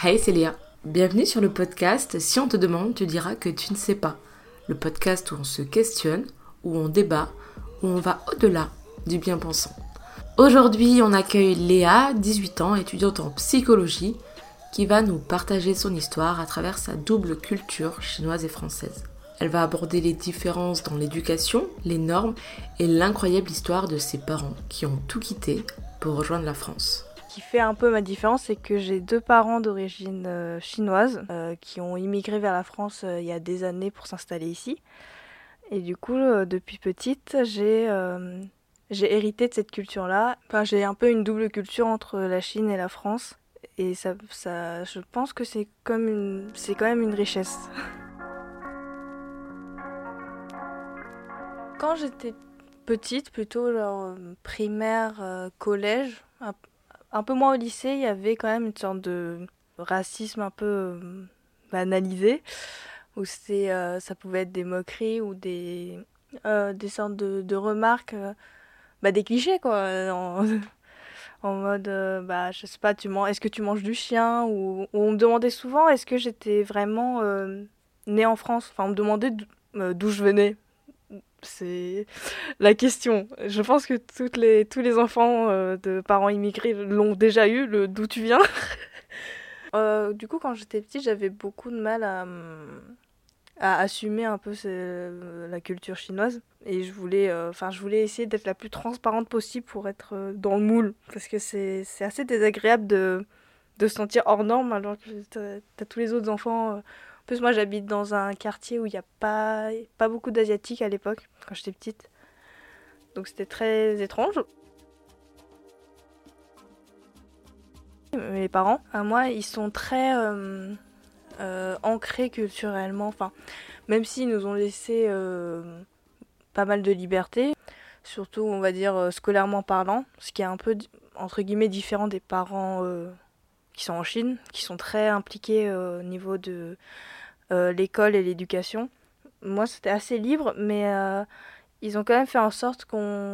Hey, c'est Léa. Bienvenue sur le podcast Si on te demande, tu diras que tu ne sais pas. Le podcast où on se questionne, où on débat, où on va au-delà du bien-pensant. Aujourd'hui, on accueille Léa, 18 ans, étudiante en psychologie, qui va nous partager son histoire à travers sa double culture chinoise et française. Elle va aborder les différences dans l'éducation, les normes et l'incroyable histoire de ses parents qui ont tout quitté pour rejoindre la France. Ce qui fait un peu ma différence, c'est que j'ai 2 parents d'origine chinoise qui ont immigré vers la France il y a des années pour s'installer ici. Et du coup, depuis petite, j'ai hérité de cette culture-là. Enfin, j'ai un peu une double culture entre la Chine et la France. Et je pense que c'est quand même une richesse. Quand j'étais petite, plutôt genre primaire, collège, un peu moins au lycée, il y avait quand même une sorte de racisme un peu banalisé, où ça pouvait être des moqueries ou des sortes de remarques, des clichés quoi, en mode, je sais pas, est-ce que tu manges du chien ou on me demandait souvent est-ce que j'étais vraiment née en France. Enfin, on me demandait d'où je venais. C'est la question. Je pense que tous les enfants de parents immigrés l'ont déjà eu, le d'où tu viens. Du coup, quand j'étais petite, j'avais beaucoup de mal à assumer un peu la culture chinoise. Et je voulais essayer d'être la plus transparente possible pour être dans le moule. Parce que c'est assez désagréable de se sentir hors norme alors que t'as tous les autres enfants. En plus, moi, j'habite dans un quartier où il n'y a pas beaucoup d'Asiatiques à l'époque, quand j'étais petite. Donc c'était très étrange. Mes parents, à moi, ils sont très ancrés culturellement. Enfin, même s'ils nous ont laissé pas mal de liberté, surtout, on va dire, scolairement parlant, ce qui est un peu, entre guillemets, différent des parents qui sont en Chine, qui sont très impliqués au niveau de l'école et l'éducation. Moi, c'était assez libre, mais ils ont quand même fait en sorte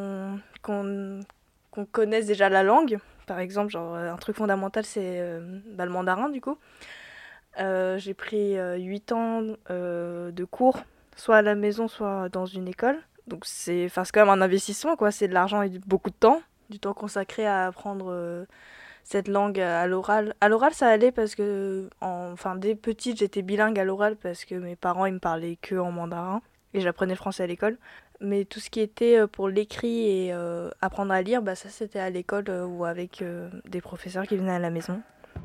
qu'on connaisse déjà la langue. Par exemple, genre, un truc fondamental, c'est le mandarin, du coup. J'ai pris 8 ans de cours, soit à la maison, soit dans une école. Donc c'est quand même un investissement, quoi. C'est de l'argent et beaucoup de temps. Du temps consacré à apprendre cette langue à l'oral. À l'oral, ça allait parce que, dès petite, j'étais bilingue à l'oral parce que mes parents, ils me parlaient que en mandarin. Et j'apprenais le français à l'école. Mais tout ce qui était pour l'écrit et apprendre à lire, ça c'était à l'école ou avec des professeurs qui venaient à la maison.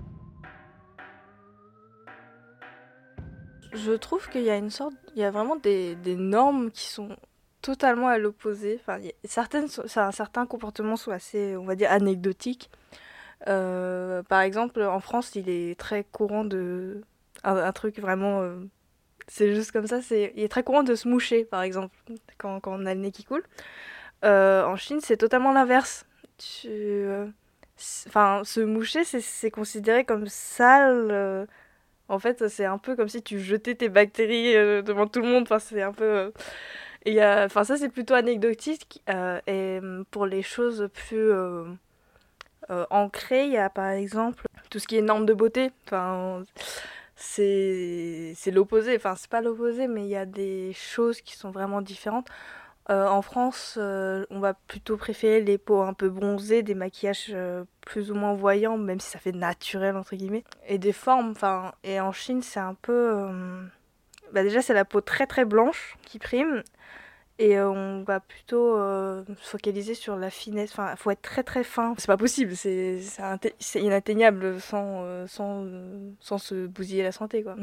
Je trouve qu'il y a il y a vraiment des normes qui sont totalement à l'opposé. Enfin, certains comportements sont assez, on va dire, anecdotiques. Par exemple, en France, il est très courant un truc vraiment, c'est juste comme ça, il est très courant de se moucher, par exemple, quand on a le nez qui coule. En Chine, c'est totalement l'inverse. Se moucher, c'est considéré comme sale. En fait, c'est un peu comme si tu jetais tes bactéries devant tout le monde. Enfin, c'est un peu. Ça, c'est plutôt anecdotique. Et pour les choses plus ancrées, il y a par exemple tout ce qui est normes de beauté. Enfin, c'est l'opposé. Enfin, c'est pas l'opposé, mais il y a des choses qui sont vraiment différentes. En France, on va plutôt préférer les peaux un peu bronzées, des maquillages plus ou moins voyants, même si ça fait naturel entre guillemets, et des formes. Enfin, et en Chine, c'est un peu, déjà c'est la peau très très blanche qui prime, et on va plutôt se focaliser sur la finesse. Enfin, faut être très très fin. C'est pas possible, c'est inatteignable sans se bousiller la santé, quoi.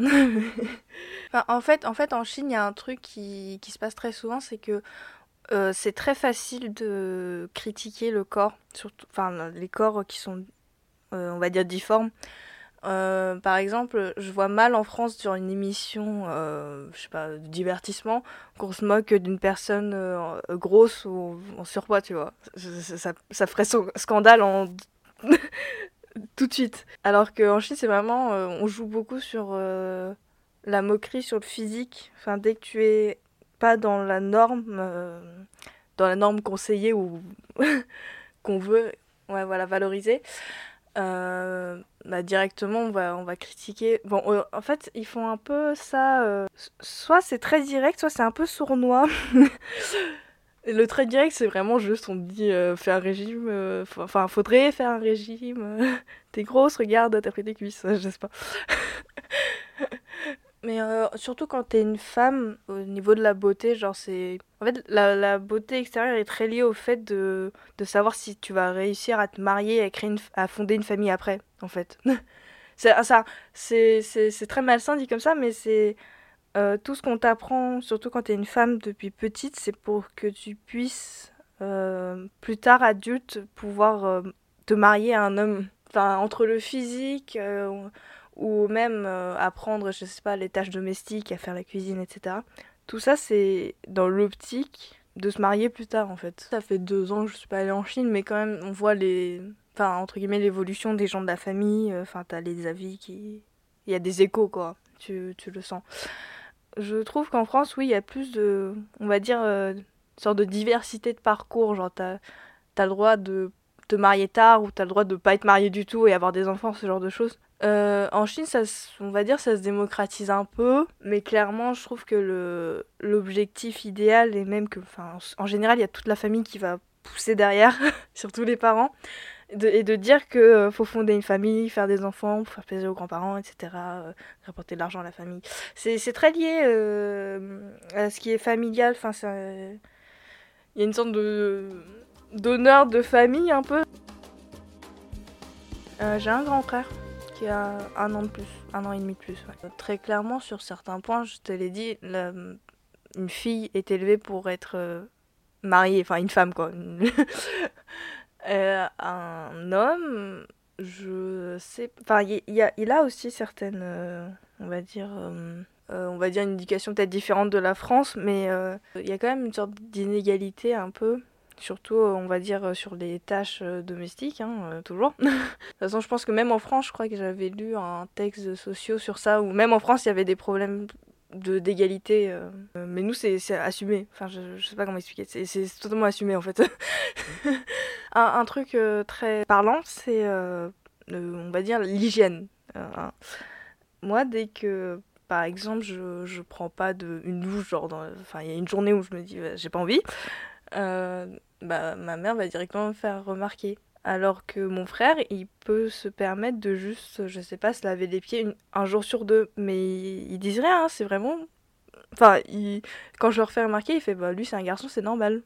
En fait, en Chine, il y a un truc qui se passe très souvent, c'est que c'est très facile de critiquer le corps, surtout, enfin les corps qui sont, on va dire, difformes. Par exemple, je vois mal en France sur une émission, je sais pas, de divertissement, qu'on se moque d'une personne grosse ou en surpoids, tu vois. Ça ferait scandale tout de suite. Alors qu'en Chine, c'est vraiment, on joue beaucoup sur la moquerie, sur le physique. Enfin, dès que tu es pas dans la norme conseillée ou qu'on veut, ouais, voilà, valoriser, Directement on va critiquer. Bon, en fait, ils font un peu ça. Soit c'est très direct, soit c'est un peu sournois. Et le très direct, c'est vraiment juste, on te dit fais un régime, enfin faudrait faire un régime. T'es grosse, regarde, t'as pris tes cuisses, je sais pas. Mais surtout quand t'es une femme, au niveau de la beauté, genre c'est... En fait, la beauté extérieure est très liée au fait de savoir si tu vas réussir à te marier, à fonder une famille après, en fait. C'est très malsain dit comme ça, mais c'est tout ce qu'on t'apprend, surtout quand t'es une femme depuis petite, c'est pour que tu puisses, plus tard adulte, pouvoir te marier à un homme. Enfin, entre le physique, ou même apprendre, je sais pas, les tâches domestiques, à faire la cuisine, etc. Tout ça, c'est dans l'optique de se marier plus tard, en fait. Ça fait 2 ans que je suis pas allée en Chine, mais quand même, on voit enfin, entre guillemets, l'évolution des gens de la famille. Enfin, t'as les avis qui... Il y a des échos, quoi. Tu le sens. Je trouve qu'en France, oui, il y a plus de, on va dire, une sorte de diversité de parcours. Genre, t'as le droit de te marier tard ou t'as le droit de pas être marié du tout et avoir des enfants, ce genre de choses. En Chine, on va dire, ça se démocratise un peu, mais clairement, je trouve que l'objectif idéal est même que, enfin, en général, il y a toute la famille qui va pousser derrière, surtout les parents, et de dire que faut fonder une famille, faire des enfants, pour faire plaisir aux grands-parents, etc., rapporter de l'argent à la famille. C'est très lié à ce qui est familial. Enfin, il y a une sorte d'honneur de famille un peu. J'ai un grand frère qui a 1 an de plus, 1 an et demi de plus. Ouais. Très clairement, sur certains points, je te l'ai dit, une fille est élevée pour être mariée, enfin une femme quoi. Un homme, je sais, enfin il a aussi certaines, on va dire une éducation peut-être différente de la France, mais il y a quand même une sorte d'inégalité un peu. Surtout, on va dire, sur les tâches domestiques, hein, toujours. De toute façon, je pense que même en France, je crois que j'avais lu un texte de sociaux sur ça, où même en France, il y avait des problèmes d'égalité. Mais nous, c'est assumé. Enfin, je sais pas comment expliquer. C'est totalement assumé, en fait. Un truc très parlant, c'est, on va dire, l'hygiène. Moi, dès que, par exemple, je prends pas une douche, genre, enfin, il y a une journée où je me dis, j'ai pas envie, ma mère va directement me faire remarquer. Alors que mon frère, il peut se permettre de juste, je sais pas, se laver les pieds un jour sur 2. Mais ils disent rien, hein, c'est vraiment... Enfin, quand je leur fais remarquer, il fait, bah lui c'est un garçon, c'est normal.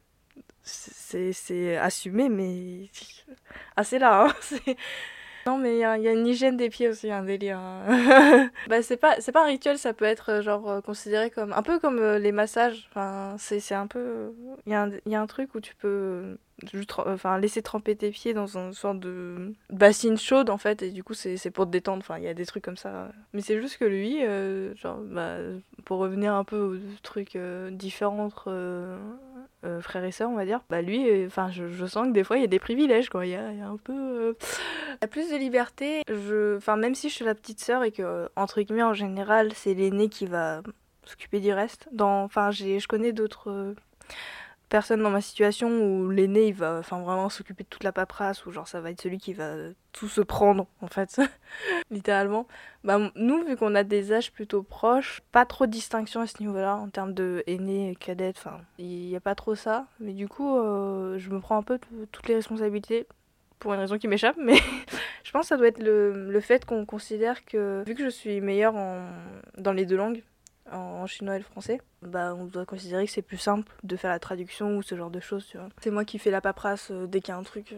C'est assumé, mais assez là, hein. Non, mais il y a une hygiène des pieds aussi, un délire, hein. Bah, c'est pas un rituel, ça peut être genre considéré comme un peu comme les massages. Enfin, c'est un peu, il y a un truc où tu peux juste enfin laisser tremper tes pieds dans une sorte de bassine chaude en fait, et du coup c'est pour te détendre. Enfin, il y a des trucs comme ça. Mais c'est juste que lui, genre pour revenir un peu aux trucs différents entre frères et sœurs, on va dire, bah lui, enfin je sens que des fois il y a des privilèges quoi. Il y a un peu il y a plus de liberté. Enfin, même si je suis la petite sœur et que, entre guillemets, en général, c'est l'aîné qui va s'occuper du reste. Enfin, je connais d'autres personnes dans ma situation où l'aîné, il va enfin, vraiment s'occuper de toute la paperasse, ou genre ça va être celui qui va tout se prendre, en fait, littéralement. Bah, nous, vu qu'on a des âges plutôt proches, pas trop de distinction à ce niveau-là, en termes de aîné, cadette, enfin, il n'y a pas trop ça. Mais du coup, je me prends un peu toutes les responsabilités pour une raison qui m'échappe, mais je pense que ça doit être le fait qu'on considère que, vu que je suis meilleure dans les 2 langues, en chinois et le français, bah on doit considérer que c'est plus simple de faire la traduction ou ce genre de choses, tu vois. C'est moi qui fais la paperasse dès qu'il y a un truc...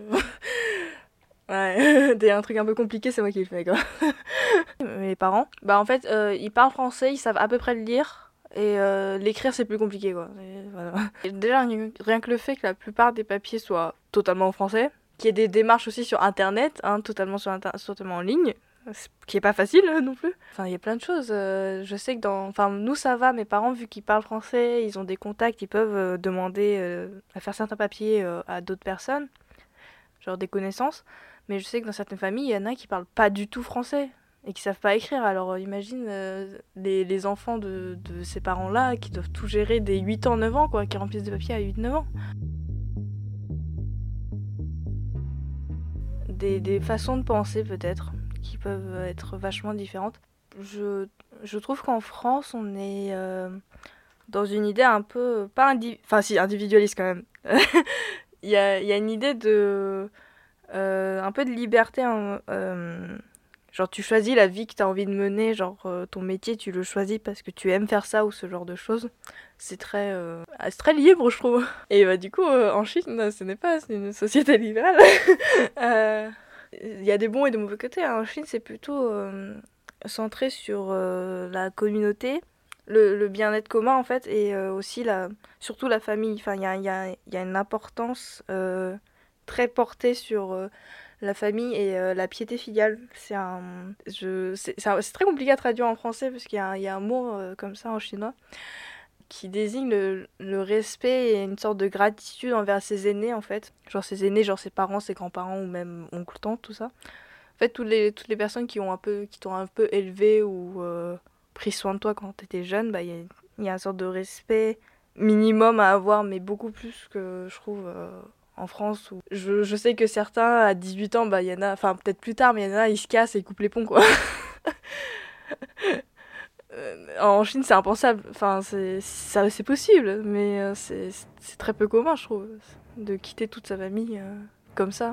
Ouais, dès qu'il y a un truc un peu compliqué, c'est moi qui le fais, quoi. Mes parents, bah en fait, ils parlent français, ils savent à peu près le lire, et l'écrire c'est plus compliqué, quoi. Voilà. Et déjà, rien que le fait que la plupart des papiers soient totalement en français, qu'il y ait des démarches aussi sur internet, hein, totalement en ligne, qui est pas facile non plus. Enfin, il y a plein de choses. Je sais que enfin, nous ça va, mes parents, vu qu'ils parlent français, ils ont des contacts, ils peuvent demander à faire certains papiers à d'autres personnes, genre des connaissances. Mais je sais que dans certaines familles, il y en a qui parlent pas du tout français et qui savent pas écrire. Alors imagine les enfants de ces parents-là qui doivent tout gérer dès 8 ans, 9 ans, quoi, qui remplissent des papiers à 8-9 ans. des façons de penser peut-être qui peuvent être vachement différentes. Je trouve qu'en France, on est dans une idée un peu, pas enfin si, individualiste quand même. Il y a une idée de un peu de liberté, hein, genre tu choisis la vie que tu as envie de mener, genre ton métier tu le choisis parce que tu aimes faire ça ou ce genre de choses. C'est très libre, je trouve. Et du coup en Chine ce n'est pas une société libérale. Il y a des bons et des mauvais côtés, hein. En Chine c'est plutôt centré sur la communauté, le bien-être commun en fait, et aussi surtout la famille. Enfin, il y a une importance très portée sur la famille et la piété filiale. C'est très compliqué à traduire en français parce qu'il y a un mot comme ça en chinois qui désigne le respect et une sorte de gratitude envers ses aînés en fait. Genre ses aînés, genre ses parents, ses grands-parents ou même oncle, tante, tout ça. En fait, toutes les personnes qui t'ont un peu élevé ou pris soin de toi quand t'étais jeune, bah il y a une sorte de respect minimum à avoir, mais beaucoup plus que je trouve en France. Où je sais que certains, à 18 ans, bah il y en a, enfin peut-être plus tard, mais il y en a, ils se cassent et ils coupent les ponts, quoi. En Chine, c'est impensable. Enfin, c'est possible, mais c'est très peu commun, je trouve, de quitter toute sa famille comme ça.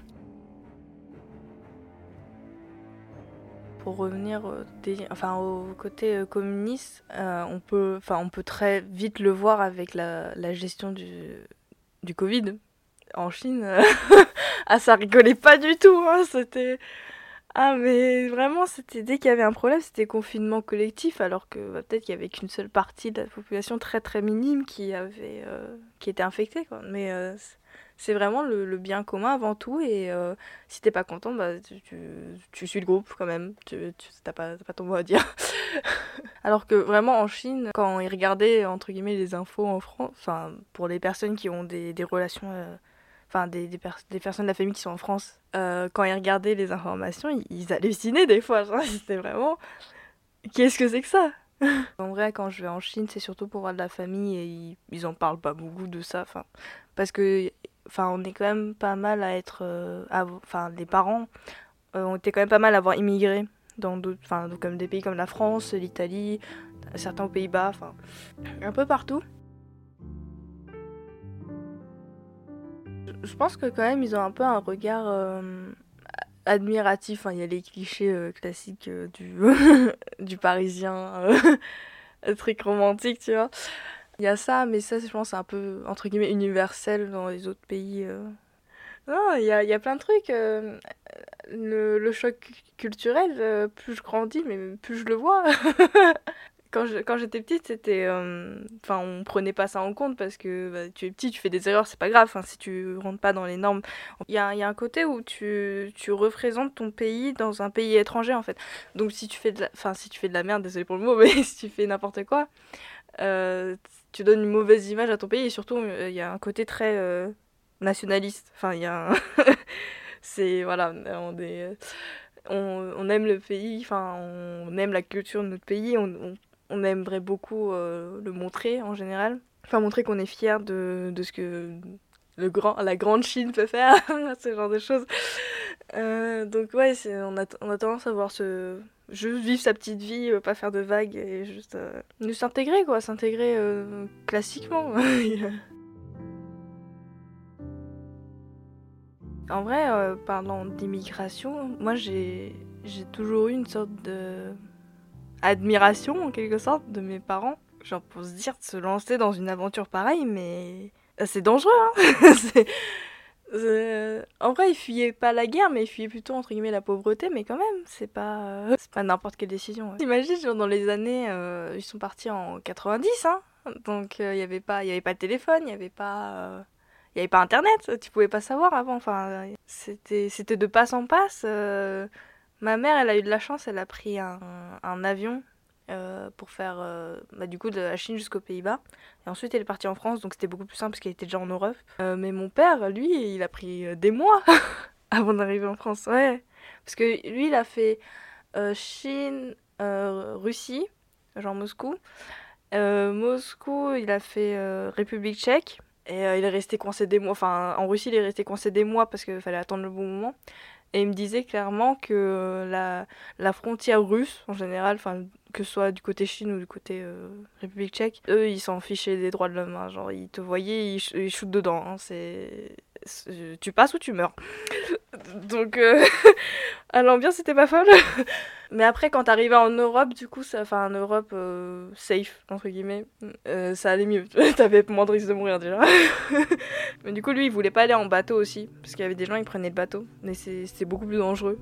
Pour revenir au côté communiste, on peut très vite le voir avec la gestion du Covid en Chine. Ah, ça rigolait pas du tout, hein, c'était... Ah, mais vraiment, c'était dès qu'il y avait un problème, c'était confinement collectif, alors que peut-être qu'il y avait qu'une seule partie de la population très très minime qui était infectée, quoi. Mais c'est vraiment le bien commun avant tout, et si t'es pas content, bah tu suis le groupe quand même. T'as pas ton mot à dire. Alors que vraiment en Chine, quand ils regardaient entre guillemets les infos en France, enfin pour les personnes qui ont des relations enfin des personnes de la famille qui sont en France, quand ils regardaient les informations, ils hallucinaient des fois. Genre, c'était vraiment... Qu'est-ce que c'est que ça? En vrai, quand je vais en Chine, c'est surtout pour voir de la famille et ils en parlent pas beaucoup de ça. Parce que on est quand même pas mal à être... les parents ont été quand même pas mal à avoir immigré dans d'autres... comme des pays comme la France, l'Italie, certains aux Pays-Bas, enfin un peu partout. Je pense que quand même ils ont un peu un regard admiratif. Enfin, il y a les clichés classiques du Parisien, truc romantique, tu vois. Il y a ça, mais ça je pense c'est un peu entre guillemets universel dans les autres pays. Non, il y a plein de trucs. Le choc culturel, plus je grandis, mais plus je le vois. Quand j'étais petite, c'était... on prenait pas ça en compte parce que tu es petit, tu fais des erreurs, c'est pas grave, si tu rentres pas dans les normes. Il y a un côté où tu représentes ton pays dans un pays étranger, en fait. Donc si tu fais si tu fais de la merde, désolé pour le mot, mais si tu fais n'importe quoi, tu donnes une mauvaise image à ton pays. Et surtout, il y a un côté très nationaliste. Enfin, il y a un... c'est... Voilà, on aime le pays, on aime la culture de notre pays, on aimerait beaucoup le montrer en général. Enfin, montrer qu'on est fier de ce que la grande Chine peut faire, ce genre de choses. Donc ouais, on a tendance à voir juste vivre sa petite vie, pas faire de vagues et juste nous s'intégrer, quoi, s'intégrer classiquement. En vrai, parlant d'immigration, moi j'ai toujours eu une sorte de admiration en quelque sorte de mes parents. Genre pour se dire de se lancer dans une aventure pareille, mais c'est dangereux, hein. En vrai, ils fuyaient pas la guerre, mais ils fuyaient plutôt entre guillemets la pauvreté, mais quand même, c'est pas n'importe quelle décision. Ouais. T'imagines, genre dans les années, ils sont partis en 90, hein. Donc il y avait pas de téléphone, il y avait pas internet, tu pouvais pas savoir avant. Enfin, c'était de passe en passe. Ma mère, elle a eu de la chance, elle a pris un avion pour faire du coup de la Chine jusqu'aux Pays-Bas. Et ensuite, elle est partie en France, donc c'était beaucoup plus simple parce qu'elle était déjà en Europe. Mais mon père, lui, il a pris des mois avant d'arriver en France. Ouais. Parce que lui, il a fait Chine, Russie, genre Moscou. Moscou, il a fait République tchèque. Et il est resté coincé des mois. Enfin, en Russie, il est resté coincé des mois parce qu'il fallait attendre le bon moment. Et il me disait clairement que la frontière russe, en général, que ce soit du côté Chine ou du côté République tchèque, eux, ils s'en fichaient des droits de l'homme. Hein. Genre, ils te voyaient, ils shootent dedans. Hein. Tu passes ou tu meurs. Donc, l'ambiance était pas folle. Mais après, quand t'arrivais en Europe, du coup, en Europe safe, entre guillemets, ça allait mieux. T'avais moins de risque de mourir déjà. Mais du coup, lui, il voulait pas aller en bateau aussi. Parce qu'il y avait des gens, ils prenaient le bateau. Mais c'est beaucoup plus dangereux.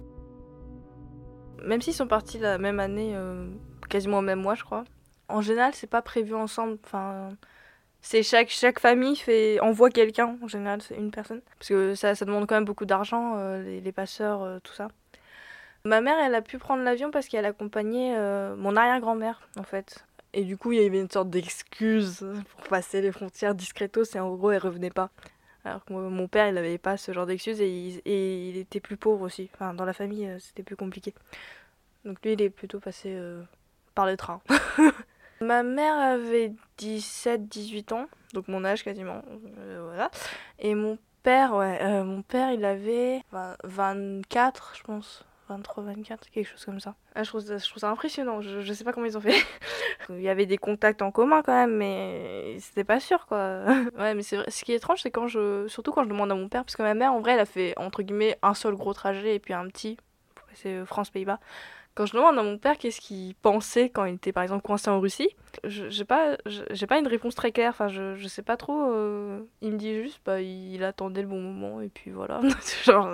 Même s'ils sont partis la même année, quasiment au même mois, je crois. En général, c'est pas prévu ensemble. Enfin, c'est chaque famille envoie quelqu'un, en général, c'est une personne. Parce que ça demande quand même beaucoup d'argent, les passeurs, tout ça. Ma mère, elle a pu prendre l'avion parce qu'elle accompagnait mon arrière-grand-mère, en fait. Et du coup, il y avait une sorte d'excuse pour passer les frontières discretos et en gros, elle revenait pas. Alors que mon père, il n'avait pas ce genre d'excuse et il était plus pauvre aussi. Enfin, dans la famille, c'était plus compliqué. Donc lui, il est plutôt passé par le train. Ma mère avait 17-18 ans, donc mon âge quasiment. Voilà. Et mon père, il avait 24, je pense. 23, 24, quelque chose comme ça. Je trouve ça impressionnant, je sais pas comment ils ont fait. Il y avait des contacts en commun quand même, mais c'était pas sûr quoi. Ouais, mais c'est vrai, ce qui est étrange, c'est surtout quand je demande à mon père, parce que ma mère, en vrai, elle a fait entre guillemets un seul gros trajet et puis un petit, c'est France-Pays-Bas. Quand je demande à mon père qu'est-ce qu'il pensait quand il était par exemple coincé en Russie, j'ai pas une réponse très claire, enfin je sais pas trop. Il me dit juste, il attendait le bon moment et puis voilà. Genre,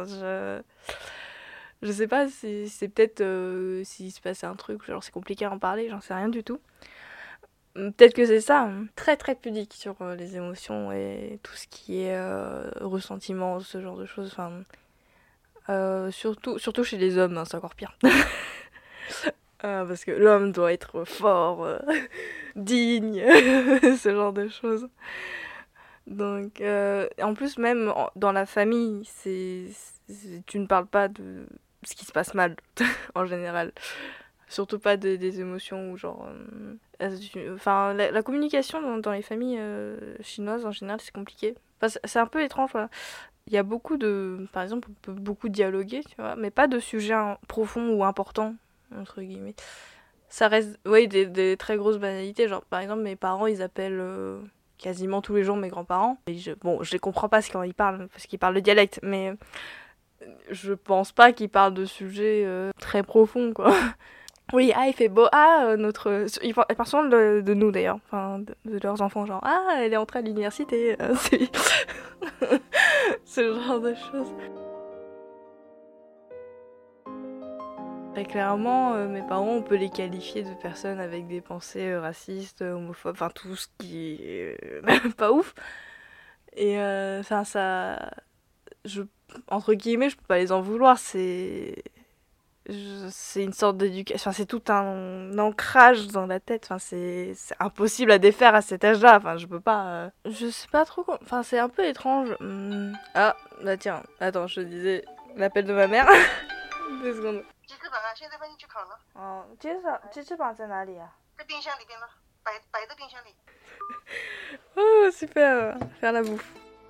je sais pas si c'est peut-être s'il se passait un truc, genre c'est compliqué à en parler, j'en sais rien du tout. Peut-être que c'est ça, hein. Très très pudique sur les émotions et tout ce qui est ressentiment, ce genre de choses. Enfin, surtout chez les hommes, hein, c'est encore pire. Parce que l'homme doit être fort, digne, ce genre de choses. Donc, en plus, même dans la famille, tu ne parles pas de ce qui se passe mal, en général. Surtout pas des émotions ou genre... Enfin, la communication dans les familles chinoises, en général, c'est compliqué. Enfin, c'est un peu étrange, voilà. Il y a par exemple, on peut beaucoup dialoguer, tu vois, mais pas de sujets profonds ou importants, entre guillemets. Ça reste, oui, des très grosses banalités. Genre, par exemple, mes parents, ils appellent quasiment tous les jours mes grands-parents. Et je les comprends pas quand ils parlent, parce qu'ils parlent le dialecte, mais je pense pas qu'ils parlent de sujets très profonds, quoi. Oui, il fait beau. Ils parlent souvent de nous d'ailleurs, enfin, de leurs enfants, genre, elle est entrée à l'université. C'est ce genre de choses. Très clairement, mes parents, on peut les qualifier de personnes avec des pensées racistes, homophobes, enfin tout ce qui est pas ouf. Et entre guillemets, je peux pas les en vouloir, c'est une sorte d'éducation, enfin c'est tout un ancrage dans la tête, enfin c'est impossible à défaire à cet âge-là, enfin je peux pas, je sais pas trop, enfin c'est un peu étrange. Ah, bah tiens, attends, je te disais l'appel de ma mère. 2 secondes. 鸡翅膀啊，现在帮你去烤了。 哦，鸡翅膀在哪里啊？ 在冰箱里边呢，摆在冰箱里。 Oh, super, faire la bouffe.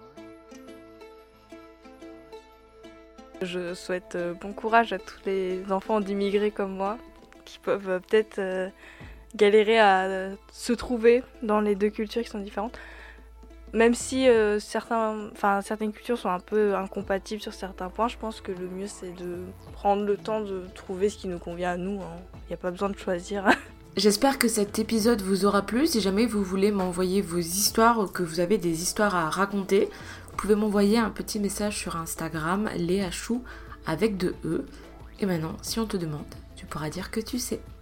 Je souhaite bon courage à tous les enfants d'immigrés comme moi, qui peuvent peut-être galérer à se trouver dans les deux cultures qui sont différentes. Même si certaines cultures sont un peu incompatibles sur certains points, je pense que le mieux c'est de prendre le temps de trouver ce qui nous convient à nous. Il n'y a pas besoin de choisir. J'espère que cet épisode vous aura plu. Si jamais vous voulez m'envoyer vos histoires ou que vous avez des histoires à raconter, vous pouvez m'envoyer un petit message sur Instagram, Léa Chou avec 2 E. Et maintenant, si on te demande, tu pourras dire que tu sais.